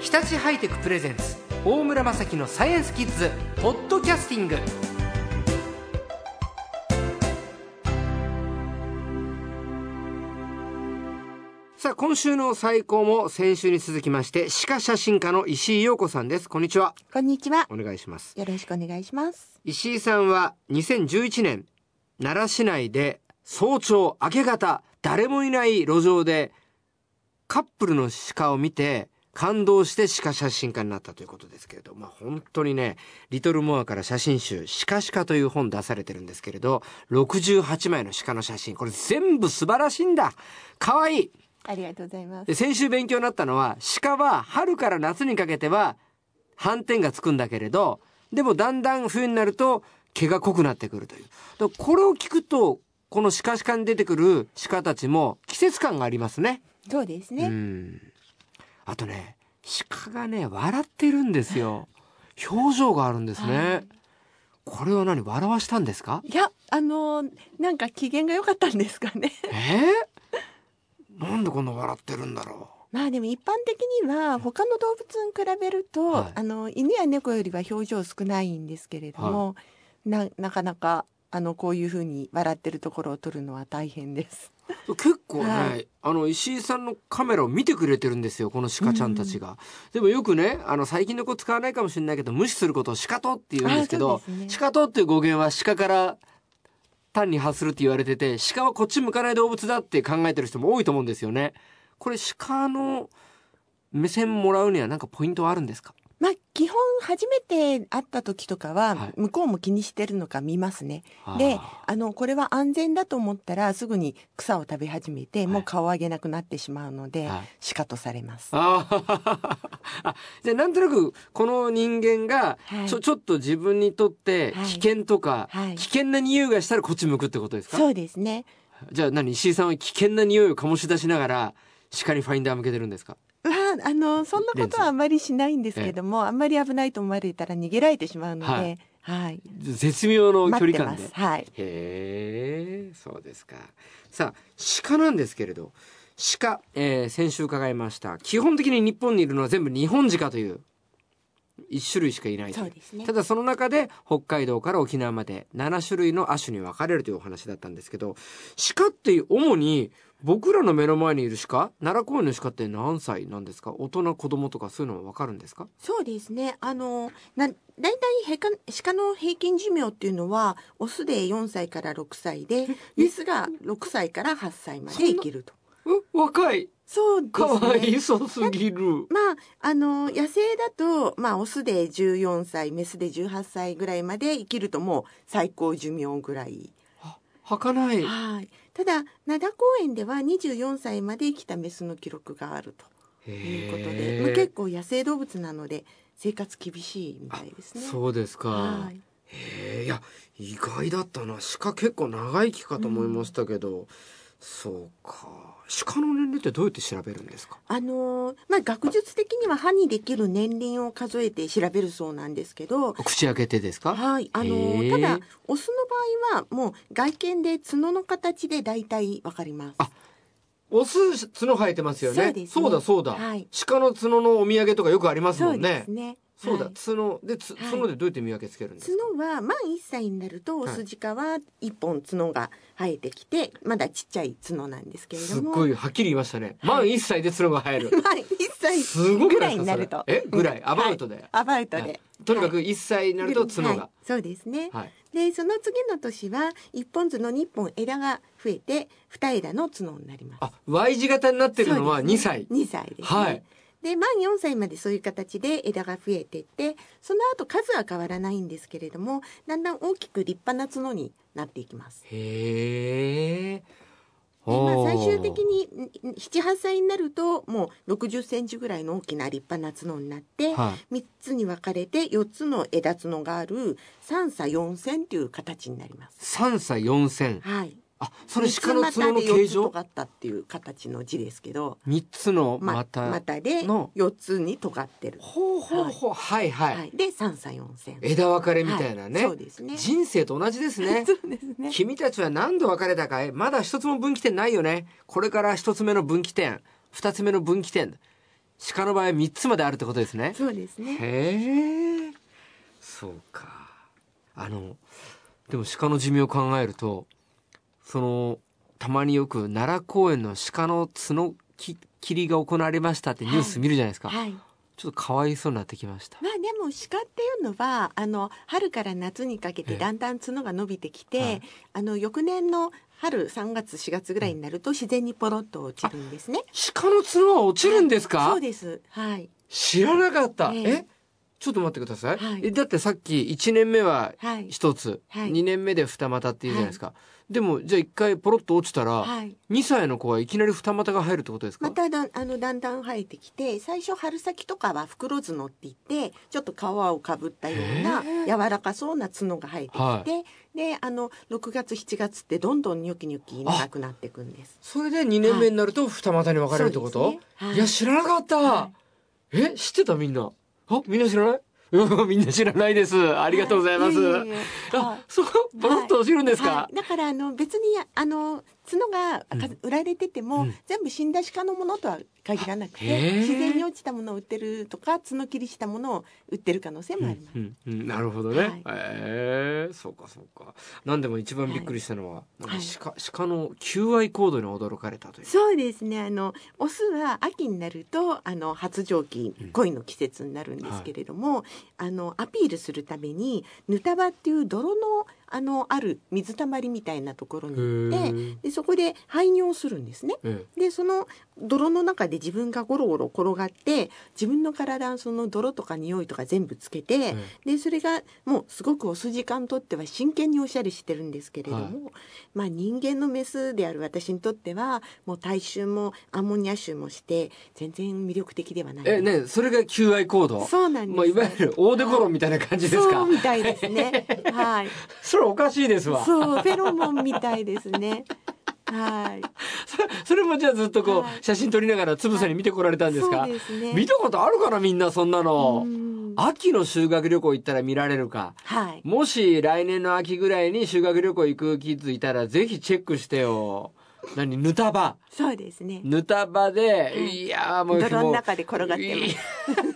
日立ハイテクプレゼンツ大村雅樹のサイエンスキッズポッドキャスティング。さあ、今週の最高も先週に続きまして鹿写真家の石井陽子さんです。こんにちは。 こんにちは。 お願いします。 よろしくお願いします。 石井さんは2011年奈良市内で早朝明け方誰もいない路上でカップルの鹿を見て感動して鹿写真家になったということですけれど、本当にね、リトルモアから写真集鹿という本出されてるんですけれど、68枚の鹿の写真、これ全部素晴らしいんだ。かわいい。 ありがとうございます。 で、先週勉強になったのは、鹿は春から夏にかけては斑点がつくんだけれど、でもだんだん冬になると毛が濃くなってくるという。だからこれを聞くと、この鹿に出てくる鹿たちも季節感がありますね。 そうですね。 あとね、鹿がね、笑ってるんですよ。表情があるんですね。これは何、笑わしたんですか？ いや、なんか機嫌が良かったんですかね。 なんでこんな笑ってるんだろう。でも一般的には他の動物に比べると、犬や猫よりは表情少ないんですけれども、なかなかこういうふうに笑ってるところを撮るのは大変です。 結構ね、石井さんのカメラを見てくれてるんですよ、この鹿ちゃんたちが。でもよくね、最近の子使わないかもしれないけど、無視することを鹿とって言うんですけど、鹿とっていう語源は鹿から単に発するって言われてて、鹿はこっち向かない動物だって考えてる人も多いと思うんですよね。これ鹿の目線もらうには何かポイントはあるんですか？ 基本初めて会った時とかは向こうも気にしてるのか見ますね。で、これは安全だと思ったらすぐに草を食べ始めて、もう顔を上げなくなってしまうので、鹿とされます。 じゃあなんとなくこの人間がちょっと自分にとって危険とか、危険な匂いがしたらこっち向くってことですか？ そうですね。 じゃあ石井さんは危険な匂いを醸し出しながら鹿にファインダー向けてるんですか？ そんなことはあんまりしないんですけども、あんまり危ないと思われたら逃げられてしまうので、 絶妙の距離感で。 へえ、そうですか。さあ、鹿なんですけれど、鹿、先週伺いました。基本的に日本にいるのは全部ニホンジカという1種類しかいないという。 そうですね。 ただその中で北海道から沖縄まで7種類の亜種に分かれるというお話だったんですけど、鹿って主に僕らの目の前にいる鹿、奈良公園の鹿って何歳なんですか？大人、子供とかそういうのは分かるんですか？ そうですね。だいたい鹿の平均寿命っていうのはオスで4歳から6歳で、メスが6歳から8歳まで生きると。 若い。 そうですね。 かわいそうすぎる。 野生だと、オスで14歳、メスで18歳ぐらいまで生きるともう最高寿命ぐらい。 儚い。 ただ、灘公園では24歳まで生きたメスの記録があるということで、結構野生動物なので生活厳しいみたいですね。 そうですか。いや、意外だったな。鹿結構長生きかと思いましたけど、そうか。鹿の年齢ってどうやって調べるんですか？ 学術的には歯にできる年輪を数えて調べるそうなんですけど。 口開けてですか？ただ、 オスの場合はもう外見で角の形で大体わかります。 オス角生えてますよね。 そうですね。 そうだ。鹿の角のお土産とかよくありますもんね。 そうですね。 そうだ、角で角でどうやって見分けつけるんですか？ 角は満1歳になるとオス鹿は1本角が生えてきて、まだちっちゃい角なんですけれども。 すっごいはっきり言いましたね。満1歳で角が生える。 満1歳ぐらいになると。 ぐらいアバウトで。 アバウトで。 とにかく1歳になると角が。 そうですね。で、その次の年は1本角に1本枝が増えて2枝の角になります。 Y 字型になってるのは2歳。 2歳ですね。で、満4歳までそういう形で枝が増えていって、その後数は変わらないんですけれども、だんだん大きく立派な角になっていきます。 へー。 最終的に7、8歳になるともう60センチぐらいの大きな立派な角になって、3つに分かれて4つの枝角がある三叉四線という形になります。 三叉四線。それ鹿の角の形状？ 4つ尖ったっていう形の字ですけど、 3つの股で4つに尖ってる。で三叉四線。 枝分かれみたいなね。 そうですね。 人生と同じですね。 そうですね。 君たちは何度別れたかい？まだ一つも分岐点ないよね。これから一つ目の分岐点、二つ目の分岐点。 鹿の場合3つまであるってことですね。 そうですね。 へえ、そうか。でも鹿の寿命を考えると、たまによく奈良公園の鹿の角切りが行われましたってニュース見るじゃないですか。 はい。 ちょっとかわいそうになってきました。 まあでも鹿っていうのは春から夏にかけてだんだん角が伸びてきて、翌年の春3月4月ぐらいになると自然にポロッと落ちるんですね。 鹿の角は落ちるんですか？ はい、そうです。はい。 知らなかった。ちょっと待ってください。はい、だってさっき1年目は1つ、はい、2年目で二股っていうじゃないですか。はい、でもじゃあ1回ポロッと落ちたら、はい、2歳の子はいきなり二股が入るってことですか？ まただんだん生えてきて、最初春先とかは袋角って言ってちょっと皮をかぶったような柔らかそうな角が生えてきて、はい、で6月7月ってどんどんニョキニョキ長くなっていくんです。 それで2年目になると二股に分かれるってこと？ね、はい、いや知らなかった、はい、知ってた？みんなみんな知らない？みんな知らないです。ありがとうございます。そうポロッと落ちるんですか？ はい、だから別に角が売られてても、全部死んだ鹿のものとは限らなくて、自然に落ちたものを売ってるとか角切りしたものを売ってる可能性もあります。 なるほどね。はい、そうかそうか。なんでも一番びっくりしたのは、鹿の求愛行動に驚かれたという。 そうですね。オスは秋になると発情期、恋の季節になるんですけれども、アピールするためにヌタ場っていう泥のある水たまりみたいなところに行って、でそこで排尿するんですね。でその泥の中で自分がゴロゴロ転がって自分の体その泥とか匂いとか全部つけて、でそれがもうすごくオス時間にとっては真剣におしゃれしてるんですけれども、まあ人間のメスである私にとってはもう体臭もアンモニア臭もして全然魅力的ではない。 ね、それが求愛行動。 そうなんです、 いわゆるオーデコロンみたいな感じですか？ そうみたいですね。はい。 それおかしいですわ。 そうフェロモンみたいですね。はい。 それもじゃあずっと写真撮りながらつぶさに見てこられたんですか？ そうですね。 見たことあるかなみんなそんなの。秋の修学旅行行ったら見られるか。はい。もし来年の秋ぐらいに修学旅行行くキッズいたらぜひチェックしてよ。ヌタ場。 そうですね。 ヌタ場で、いやもう泥の中で転がってます。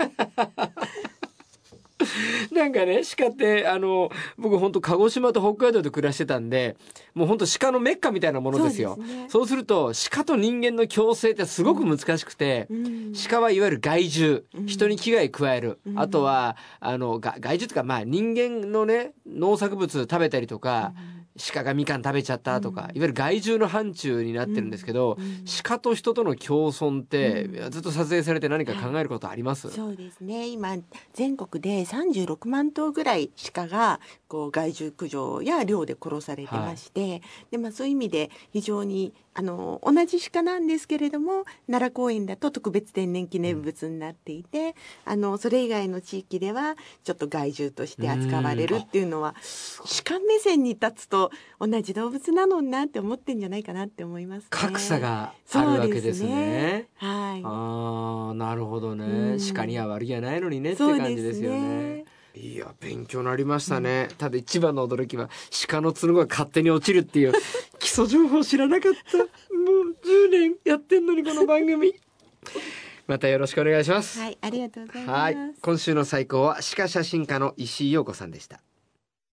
なんかね、鹿って僕本当鹿児島と北海道で暮らしてたんで、もう本当鹿のメッカみたいなものですよ。そうすると鹿と人間の共生ってすごく難しくて、鹿はいわゆる害獣、人に危害加える、あとは害獣とか人間のね農作物食べたりとか、鹿がみかん食べちゃったとか、いわゆる害獣の範疇になってるんですけど、鹿と人との共存って、ずっと撮影されて何か考えることあります？ そうですね。今全国で36万頭ぐらい鹿が害獣駆除や猟で殺されてまして、でそういう意味で非常に同じ鹿なんですけれども奈良公園だと特別天然記念物になっていて、それ以外の地域ではちょっと害獣として扱われるっていうのは、鹿目線に立つと同じ動物なのになって思ってんじゃないかなって思いますね。 格差があるわけですね。 はい。 ああ、なるほどね。鹿には悪気はないのにねって感じですよね。いや勉強になりましたね。ただ一番の驚きは鹿の角が勝手に落ちるっていう基礎情報知らなかった。もう10年やってんのにこの番組。またよろしくお願いします。 はい、ありがとうございます。 はい、今週の最高は鹿写真家の石井陽子さんでした。